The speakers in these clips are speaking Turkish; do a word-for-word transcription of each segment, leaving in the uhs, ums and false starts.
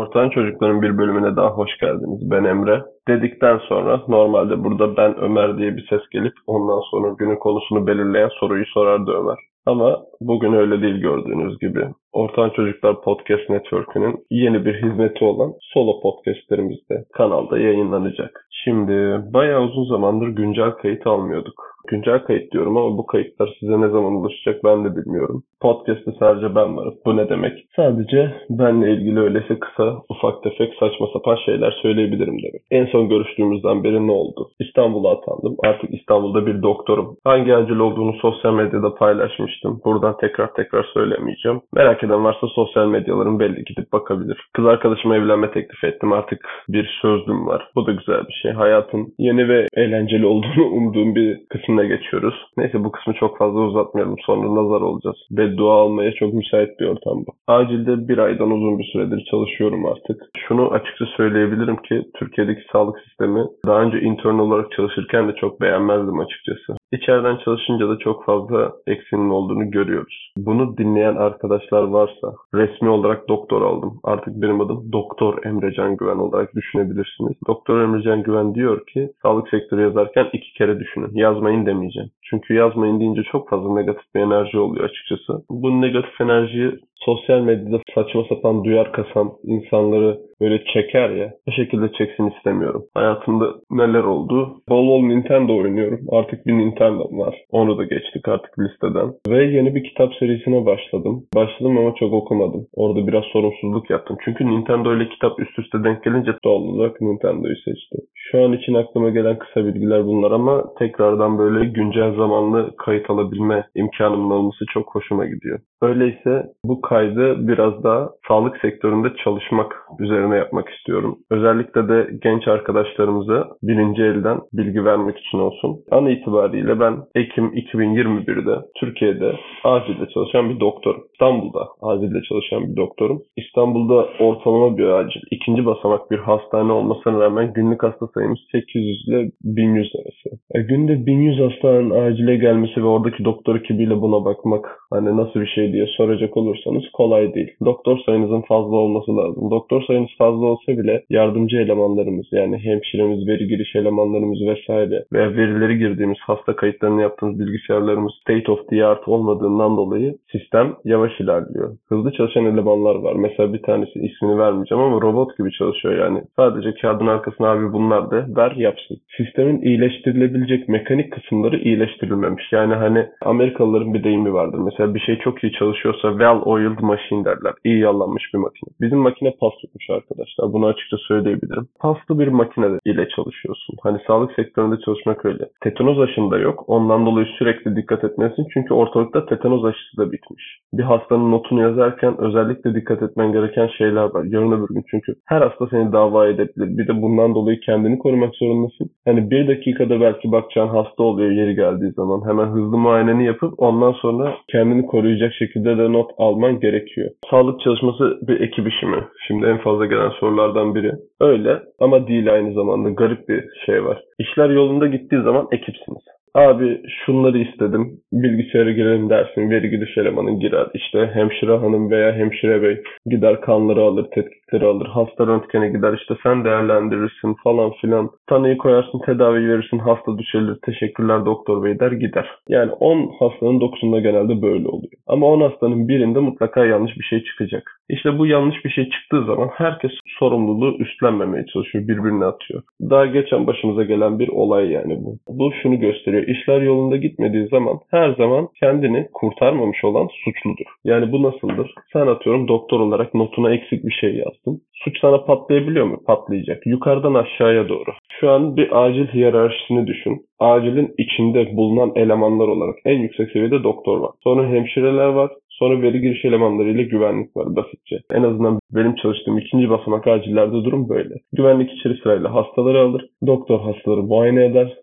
Ortadan Çocukların bir bölümüne daha hoş geldiniz. Ben Emre. Dedikten sonra normalde burada ben Ömer diye bir ses gelip ondan sonra günün konusunu belirleyen soruyu sorardı Ömer. Ama bugün öyle değil gördüğünüz gibi. Ortadan Çocuklar Podcast Network'ünün yeni bir hizmeti olan solo podcastlerimiz de kanalda yayınlanacak. Şimdi bayağı uzun zamandır güncel kayıt almıyorduk. Güncel kayıt diyorum ama bu kayıtlar size ne zaman ulaşacak ben de bilmiyorum. Podcast'te sadece ben varım. Bu ne demek? Sadece benle ilgili öyleyse kısa, ufak tefek, saçma sapan şeyler söyleyebilirim demek. En son görüştüğümüzden beri ne oldu? İstanbul'a atandım. Artık İstanbul'da bir doktorum. Hangi acil olduğunu sosyal medyada paylaşmıştım. Buradan tekrar tekrar söylemeyeceğim. Merak eden varsa sosyal medyaların belli gidip bakabilir. Kız arkadaşıma evlenme teklif ettim. Artık bir sözlüm var. Bu da güzel bir şey. Hayatın yeni ve eğlenceli olduğunu umduğum bir kısmına geçiyoruz. Neyse bu kısmı çok fazla uzatmayalım. Sonra nazar olacağız. Beddua almaya çok müsait bir ortam bu. Acilde bir aydan uzun bir süredir çalışıyorum artık. Şunu açıkça söyleyebilirim ki Türkiye'deki sağlık sistemi daha önce intern olarak çalışırken de çok beğenmezdim açıkçası. İçeriden çalışınca da çok fazla eksiğinin olduğunu görüyoruz. Bunu dinleyen arkadaşlar varsa resmi olarak doktor aldım. Artık benim adım Doktor Emrecan Güven olarak düşünebilirsiniz. Doktor Emrecan Güven diyor ki sağlık sektörü yazarken iki kere düşünün. Yazmayın demeyeceğim. Çünkü yazmayın deyince çok fazla negatif bir enerji oluyor açıkçası. Bu negatif enerjiyi sosyal medyada saçma sapan duyar kasan insanları böyle çeker ya. Bu şekilde çeksin istemiyorum. Hayatımda neler oldu? Bol bol Nintendo oynuyorum. Artık bir Nintendo'm var. Onu da geçtik artık listeden. Ve yeni bir kitap serisine başladım. Başladım ama çok okumadım. Orada biraz sorumsuzluk yaptım. Çünkü Nintendo ile kitap üst üste denk gelince doğal olarak Nintendo'yu seçtim. Şu an için aklıma gelen kısa bilgiler bunlar ama tekrardan böyle güncel zamanlı kayıt alabilme imkanımın olması çok hoşuma gidiyor. Öyleyse bu kaydı biraz daha sağlık sektöründe çalışmak üzerine yapmak istiyorum. Özellikle de genç arkadaşlarımıza birinci elden bilgi vermek için olsun. An itibariyle ben Ekim iki bin yirmi birde Türkiye'de acilde çalışan bir doktorum. İstanbul'da acilde çalışan bir doktorum. İstanbul'da ortalama bir acil, ikinci basamak bir hastane olmasına rağmen günlük hasta sayımız sekiz yüz ile bin yüz arası. E, günde bin yüz hastanın acile gelmesi ve oradaki doktor ekibiyle buna bakmak hani nasıl bir şey diye soracak olursanız kolay değil. Doktor sayınızın fazla olması lazım. Doktor sayınız fazla olsa bile yardımcı elemanlarımız yani hemşiremiz, veri giriş elemanlarımız vesaire veya verileri girdiğimiz hasta kayıtlarını yaptığımız bilgisayarlarımız state of the art olmadığından dolayı sistem yavaş ilerliyor. Hızlı çalışan elemanlar var. Mesela bir tanesi ismini vermeyeceğim ama robot gibi çalışıyor yani. Sadece kağıdın arkasına abi bunlar da ver yapsın. Sistemin iyileştirilebilecek mekanik kısımları iyileştirilmemiş. Yani hani Amerikalıların bir deyimi vardır. Mesela bir şey çok iyi çalışıyorsa well-oiled machine derler. İyi yallanmış bir makine. Bizim makine paslıkmış arkadaşlar. Bunu açıkça söyleyebilirim. Paslı bir makine ile çalışıyorsun. Hani sağlık sektöründe çalışmak öyle. Tetanoz aşında yok. Ondan dolayı sürekli dikkat etmelisin. Çünkü ortalıkta tetanoz aşısı da bitmiş. Bir hastanın notunu yazarken özellikle dikkat etmen gereken şeyler var. Yarın öbür gün çünkü her hasta seni dava edebilir. Bir de bundan dolayı kendini korumak zorundasın. Hani bir dakikada belki bakacağın hasta oluyor yeri geldiği zaman. Hemen hızlı muayeneni yapıp ondan sonra kendini koruyacak şekilde de not alman gerekiyor. Sağlık çalışması bir ekip işi mi? Şimdi en fazla gelen sorulardan biri. Öyle ama değil aynı zamanda. Garip bir şey var. İşler yolunda gittiği zaman ekipsiniz. Abi şunları istedim. Bilgisayara girelim dersin. Veri giriş elemanın girer. İşte hemşire hanım veya hemşire bey gider kanları alır, tetkikleri alır. Hasta röntgene gider. İşte sen değerlendirirsin falan filan. Tanıyı koyarsın, tedavi verirsin. Hasta düşerilir. Teşekkürler doktor bey der gider. Yani on hastanın dokuzunda genelde böyle oluyor. Ama on hastanın birinde mutlaka yanlış bir şey çıkacak. İşte bu yanlış bir şey çıktığı zaman herkes sorumluluğu üstlenmemeye çalışıyor. Birbirine atıyor. Daha geçen başımıza gelen bir olay yani bu. Bu şunu gösteriyor. İşler yolunda gitmediği zaman her zaman kendini kurtarmamış olan suçludur. Yani bu nasıldır? Sen atıyorum doktor olarak notuna eksik bir şey yazdın. Suç sana patlayabiliyor mu? Patlayacak. Yukarıdan aşağıya doğru. Şu an bir acil hiyerarşisini düşün. Acilin içinde bulunan elemanlar olarak en yüksek seviyede doktor var. Sonra hemşireler var. Sonra veri giriş elemanlarıyla güvenlik var basitçe. En azından benim çalıştığım ikinci basamak acillerde durum böyle. Güvenlik içeri sırayla hastaları alır. Doktor hastaları muayene eder.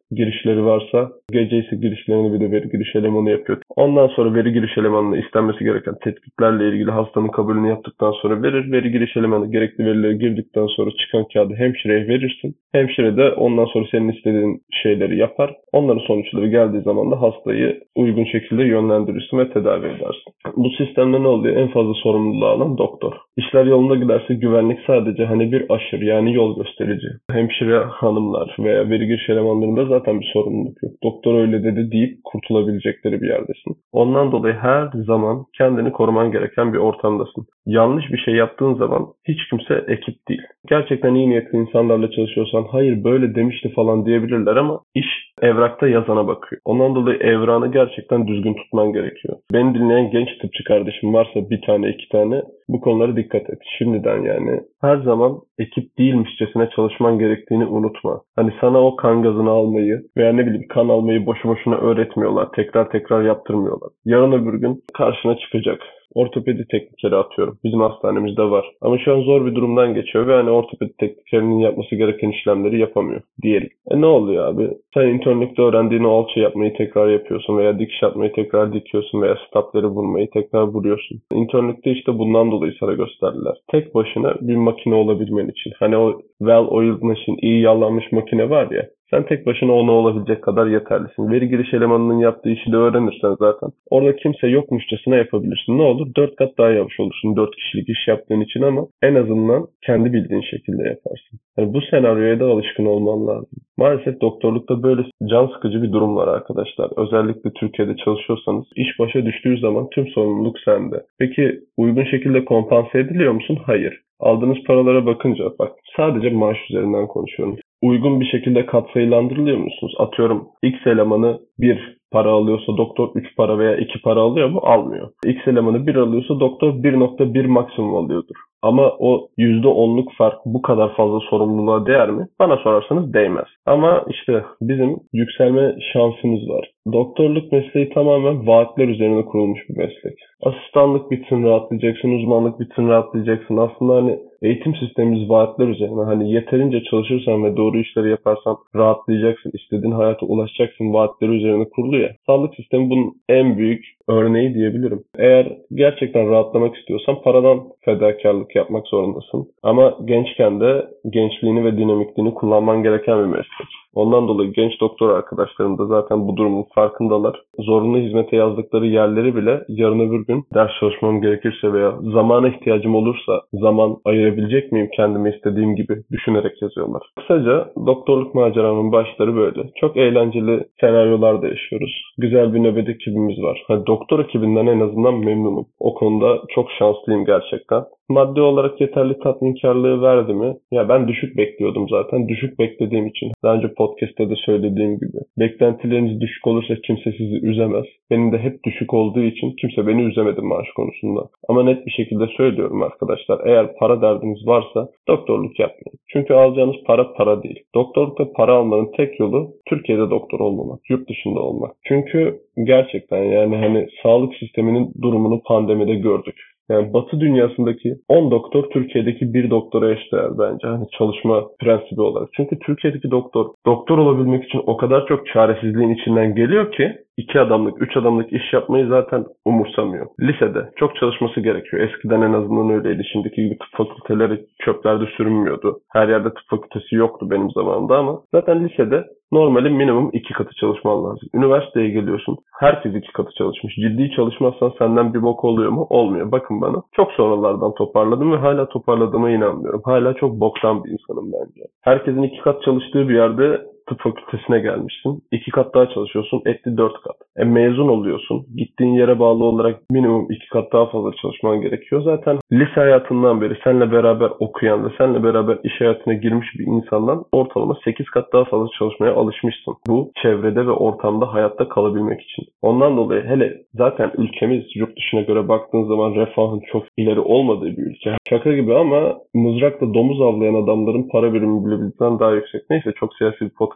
girişleri varsa gece ise girişlerini bir de veri giriş elemanı yapıyor. Ondan sonra veri giriş elemanına istenmesi gereken tetkiklerle ilgili hastanın kabulünü yaptıktan sonra verir. Veri giriş elemanı gerekli verileri girdikten sonra çıkan kağıdı hemşireye verirsin. Hemşire de ondan sonra senin istediğin şeyleri yapar. Onların sonuçları geldiği zaman da hastayı uygun şekilde yönlendirirsin ve tedavi edersin. Bu sistemde ne oluyor? En fazla sorumluluğu alan doktor. İşler yolunda giderse güvenlik sadece hani bir aşır, yani yol gösterici. Hemşire hanımlar veya veri giriş elemanlarında zaten bir sorumluluk yok. Doktor öyle dedi deyip kurtulabilecekleri bir yerdesin. Ondan dolayı her zaman kendini koruman gereken bir ortamdasın. Yanlış bir şey yaptığın zaman hiç kimse ekip değil. Gerçekten iyi niyetli insanlarla çalışıyorsan hayır böyle demişti falan diyebilirler ama iş evrakta yazana bakıyor. Ondan dolayı evranı gerçekten düzgün tutman gerekiyor. Beni dinleyen genç tıpçı kardeşim varsa bir tane iki tane bu konulara dikkat et. Şimdiden yani her zaman ekip değilmişçesine çalışman gerektiğini unutma. Hani sana o kan gazını almayı veya ne bileyim kan almayı boşu boşuna öğretmiyorlar. Tekrar tekrar yaptırmıyorlar. Yarın öbür gün karşına çıkacak. Ortopedi teknikeri atıyorum. Bizim hastanemizde var. Ama şu an zor bir durumdan geçiyor ve hani ortopedi teknikerinin yapması gereken işlemleri yapamıyor diyelim. E ne oluyor abi? Sen internlükte öğrendiğin o alçı yapmayı tekrar yapıyorsun veya dikiş yapmayı tekrar dikiyorsun veya stapleri vurmayı tekrar vuruyorsun. İnternlükte işte bundan dolayı sana gösterdiler. Tek başına bir makine olabilmen için. Hani o well-oiled machine, iyi yağlanmış makine var ya. Sen tek başına ona olabilecek kadar yeterlisin. Veri giriş elemanının yaptığı işi de öğrenirsen zaten orada kimse yokmuşçasına yapabilirsin. Ne olur? Dört kat daha yavaş olursun dört kişilik iş yaptığın için ama en azından kendi bildiğin şekilde yaparsın. Yani bu senaryoya da alışkın olman lazım. Maalesef doktorlukta böyle can sıkıcı bir durum var arkadaşlar. Özellikle Türkiye'de çalışıyorsanız iş başa düştüğü zaman tüm sorumluluk sende. Peki uygun şekilde kompanse ediliyor musun? Hayır. Aldığınız paralara bakınca bak sadece maaş üzerinden konuşuyorum. Uygun bir şekilde katsayılandırılıyor musunuz? Atıyorum X elemanı bir para alıyorsa doktor üç para veya iki para alıyor mu? Almıyor. X elemanı bir alıyorsa doktor bir nokta bir maksimum alıyordur. Ama o yüzde onluk fark bu kadar fazla sorumluluğa değer mi? Bana sorarsanız değmez. Ama işte bizim yükselme şansımız var. Doktorluk mesleği tamamen vaatler üzerine kurulmuş bir meslek. Asistanlık bitsin rahatlayacaksın, uzmanlık bitsin rahatlayacaksın. Aslında hani eğitim sistemimiz vaatler üzerine. Hani yeterince çalışırsan ve doğru işleri yaparsan rahatlayacaksın. İstediğin hayata ulaşacaksın. Vaatleri üzerine kurulu ya. Sağlık sistemi bunun en büyük örneği diyebilirim. Eğer gerçekten rahatlamak istiyorsan paradan fedakarlık yapmak zorundasın. Ama gençken de gençliğini ve dinamikliğini kullanman gereken bir meslek. Ondan dolayı genç doktor arkadaşlarım da zaten bu durumun farkındalar. Zorunlu hizmete yazdıkları yerleri bile yarın öbür gün ders çalışmam gerekirse veya zamana ihtiyacım olursa zaman ayırabilecek miyim kendime istediğim gibi düşünerek yazıyorlar. Kısaca doktorluk maceramın başları böyle. Çok eğlenceli senaryolar da yaşıyoruz. Güzel bir nöbet ekibimiz var. Hani doktor ekibinden en azından memnunum. O konuda çok şanslıyım gerçekten. Maddi olarak yeterli tatminkarlığı verdi mi? Ya ben düşük bekliyordum zaten. Düşük beklediğim için. Daha önce podcast'te de söylediğim gibi. Beklentileriniz düşük olursa kimse sizi üzemez. Benim de hep düşük olduğu için kimse beni üzemedi maaş konusunda. Ama net bir şekilde söylüyorum arkadaşlar. Eğer para derdiniz varsa doktorluk yapmayın. Çünkü alacağınız para para değil. Doktorlukta para almanın tek yolu Türkiye'de doktor olmamak. Yurt dışında olmak. Çünkü gerçekten yani hani sağlık sisteminin durumunu pandemide gördük. Yani Batı dünyasındaki on doktor Türkiye'deki bir doktora eşdeğer bence hani çalışma prensibi olarak. Çünkü Türkiye'deki doktor doktor olabilmek için o kadar çok çaresizliğin içinden geliyor ki iki adamlık, üç adamlık iş yapmayı zaten umursamıyor. Lisede çok çalışması gerekiyor. Eskiden en azından öyleydi. Şimdiki gibi tıp fakülteleri çöplerde sürünmüyordu. Her yerde tıp fakültesi yoktu benim zamanımda ama zaten lisede normalin minimum iki katı çalışman lazım. Üniversiteye geliyorsun. Herkes iki katı çalışmış. Ciddi çalışmazsan senden bir bok oluyor mu? Olmuyor. Bakın bana. Çok sonralardan toparladım ve hala toparladığıma inanmıyorum. Hala çok boktan bir insanım bence. Herkesin iki kat çalıştığı bir yerde tıp fakültesine gelmişsin. İki kat daha çalışıyorsun. Etti dört kat. E mezun oluyorsun. Gittiğin yere bağlı olarak minimum iki kat daha fazla çalışman gerekiyor. Zaten lise hayatından beri seninle beraber okuyan ve seninle beraber iş hayatına girmiş bir insandan ortalama sekiz kat daha fazla çalışmaya alışmışsın. Bu çevrede ve ortamda hayatta kalabilmek için. Ondan dolayı hele zaten ülkemiz yurt dışına göre baktığın zaman refahın çok ileri olmadığı bir ülke. Şaka gibi ama mızrakla domuz avlayan adamların para birimi bile bizden daha yüksek. Neyse çok siyasi bir podcast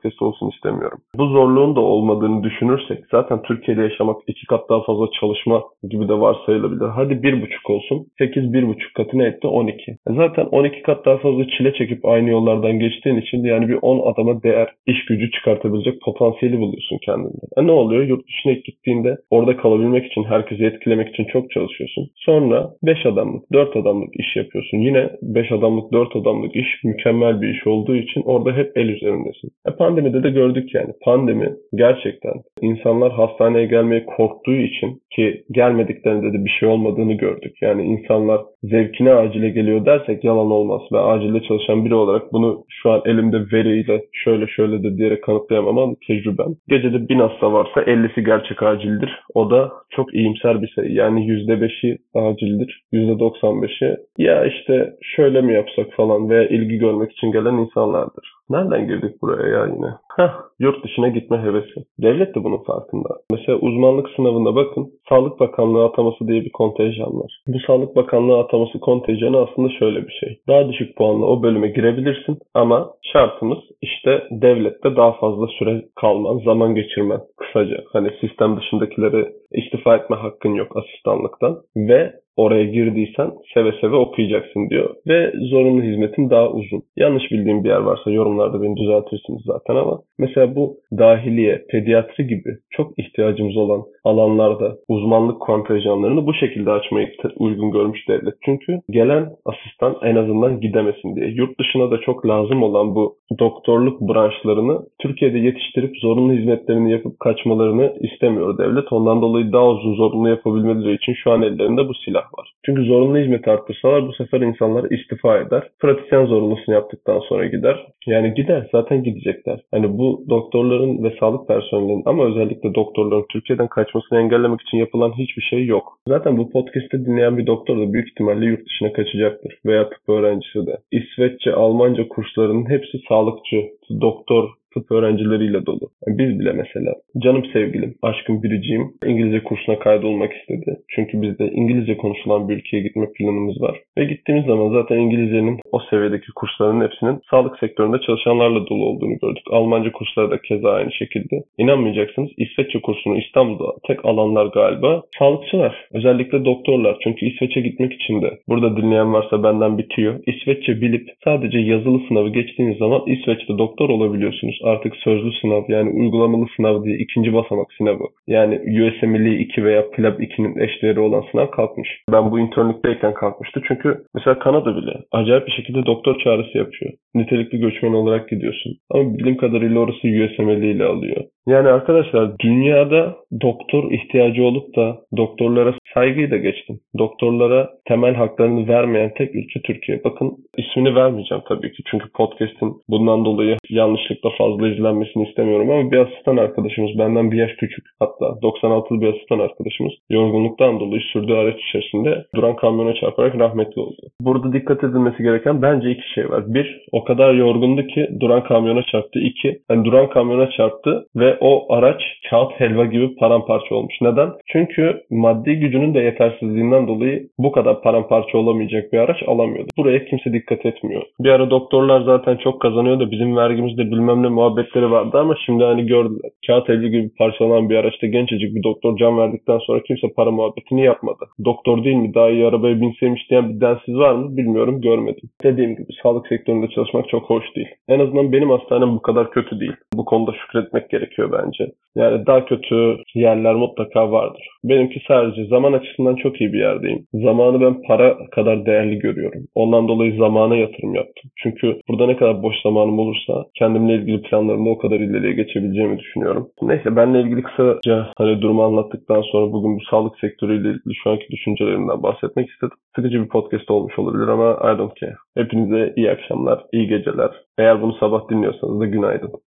podcast olsun istemiyorum. Bu zorluğun da olmadığını düşünürsek zaten Türkiye'de yaşamak iki kat daha fazla çalışma gibi de varsayılabilir. Hadi bir buçuk olsun. sekiz bir buçuk katı ne etti? on iki. Zaten on iki kat daha fazla çile çekip aynı yollardan geçtiğin için yani bir on adama değer iş gücü çıkartabilecek potansiyeli buluyorsun kendinde. E ne oluyor? Yurt dışına ilk gittiğinde orada kalabilmek için, herkesi etkilemek için çok çalışıyorsun. Sonra beş adamlık, dört adamlık iş yapıyorsun. Yine beş adamlık, dört adamlık iş mükemmel bir iş olduğu için orada hep el üzerindesin. E pandemide de gördük yani. Pandemi gerçekten insanlar hastaneye gelmeye korktuğu için, ki gelmediklerinde de bir şey olmadığını gördük. Yani insanlar zevkine acile geliyor dersek yalan olmaz. Ben acilde çalışan biri olarak bunu şu an elimde veriyle şöyle şöyle de diyerek kanıtlayamam ama tecrübem. Gecede bin hasta varsa ellisi gerçek acildir. O da çok iyimser bir sayı. Yani yüzde beşi acildir. yüzde doksan beşi ya işte şöyle mi yapsak falan veya ilgi görmek için gelen insanlardır. Nereden girdik buraya ya yine? Heh, yurt dışına gitme hevesi. Devlet de bunun farkında. Mesela uzmanlık sınavında bakın, Sağlık Bakanlığı ataması diye bir kontenjan var. Bu Sağlık Bakanlığı ataması kontenjanı aslında şöyle bir şey. Daha düşük puanla o bölüme girebilirsin ama şartımız işte devlette daha fazla süre kalman, zaman geçirmen. Kısaca hani sistem dışındakileri istifa etme hakkın yok asistanlıktan ve oraya girdiysen seve seve okuyacaksın diyor. Ve zorunlu hizmetin daha uzun. Yanlış bildiğim bir yer varsa yorumlarda beni düzeltirsiniz zaten ama mesela bu dahiliye, pediatri gibi çok ihtiyacımız olan alanlarda uzmanlık kontenjanlarını bu şekilde açmayı uygun görmüş devlet. Çünkü gelen asistan en azından gidemesin diye. Yurt dışına da çok lazım olan bu doktorluk branşlarını Türkiye'de yetiştirip zorunlu hizmetlerini yapıp kaçmalarını istemiyor devlet. Ondan dolayı daha uzun zorunlu yapabilmeleri için şu an ellerinde bu silah var. Çünkü zorunlu hizmeti arttırsalar bu sefer insanlar istifa eder. Pratisyen zorunlusunu yaptıktan sonra gider. Yani gider. Zaten gidecekler. Hani bu doktorların ve sağlık personelinin ama özellikle doktorların Türkiye'den kaçmasını engellemek için yapılan hiçbir şey yok. Zaten bu podcast'te dinleyen bir doktor da büyük ihtimalle yurt dışına kaçacaktır. Veya tıp öğrencisi de. İsveççe, Almanca kurslarının hepsi sağlıkçı, doktor, tıp öğrencileriyle dolu. Yani biz bile mesela canım sevgilim, aşkım biriciğim İngilizce kursuna kaydolmak istedi. Çünkü bizde İngilizce konuşulan bir ülkeye gitme planımız var. Ve gittiğimiz zaman zaten İngilizcenin o seviyedeki kursların hepsinin sağlık sektöründe çalışanlarla dolu olduğunu gördük. Almanca kursları da keza aynı şekilde. İnanmayacaksınız, İsveççe kursunu İstanbul'da tek alanlar galiba sağlıkçılar. Özellikle doktorlar. Çünkü İsveç'e gitmek için de burada dinleyen varsa benden bitiyor. İsveççe bilip sadece yazılı sınavı geçtiğiniz zaman İsveç'te doktor olabiliyorsunuz. Artık sözlü sınav yani uygulamalı sınav diye ikinci basamak sınavı. Yani U S M L iki veya P L A B ikinin eşdeğeri olan sınav kalkmış. Ben bu internlükteyken kalkmıştı. Çünkü mesela Kanada bile acayip bir şekilde doktor çağrısı yapıyor. Nitelikli göçmen olarak gidiyorsun. Ama bildiğim kadarıyla orası U S M L ile alıyor. Yani arkadaşlar dünyada doktor ihtiyacı olup da doktorlara saygıyı da geçtim. Doktorlara temel haklarını vermeyen tek ülke Türkiye. Bakın ismini vermeyeceğim tabii ki. Çünkü podcast'in bundan dolayı yanlışlıkla fazla izlenmesini istemiyorum ama bir asistan arkadaşımız benden bir yaş küçük. Hatta doksan altılı bir asistan arkadaşımız yorgunluktan dolayı sürdüğü araç içerisinde duran kamyona çarparak rahmetli oldu. Burada dikkat edilmesi gereken bence iki şey var. Bir, o kadar yorgundu ki duran kamyona çarptı. İki, yani duran kamyona çarptı ve o araç kağıt helva gibi paramparça olmuş. Neden? Çünkü maddi gücünün de yetersizliğinden dolayı bu kadar paramparça olamayacak bir araç alamıyordu. Buraya kimse dikkat etmiyor. Bir ara doktorlar zaten çok kazanıyor da bizim vergimizde bilmem ne muhabbetleri vardı ama şimdi hani gördüler. Kağıt helva gibi parçalanan bir araçta gencecik bir doktor can verdikten sonra kimse para muhabbetini yapmadı. Doktor değil mi? Daha iyi arabaya binseymiş diyen bir densiz var mı? Bilmiyorum, görmedim. Dediğim gibi sağlık sektöründe çalışmak çok hoş değil. En azından benim hastanem bu kadar kötü değil. Bu konuda şükretmek gerekiyor bence. Yani daha kötü yerler mutlaka vardır. Benimki sadece zaman açısından çok iyi bir yerdeyim. Zamanı ben para kadar değerli görüyorum. Ondan dolayı zamana yatırım yaptım. Çünkü burada ne kadar boş zamanım olursa kendimle ilgili planlarımda o kadar ileriye geçebileceğimi düşünüyorum. Neyse, benle ilgili kısaca hani durumu anlattıktan sonra bugün bu sağlık sektörüyle ilgili şu anki düşüncelerimden bahsetmek istedim. Sıkıcı bir podcast olmuş olabilir ama I don't care. Hepinize iyi akşamlar, iyi geceler. Eğer bunu sabah dinliyorsanız da günaydın.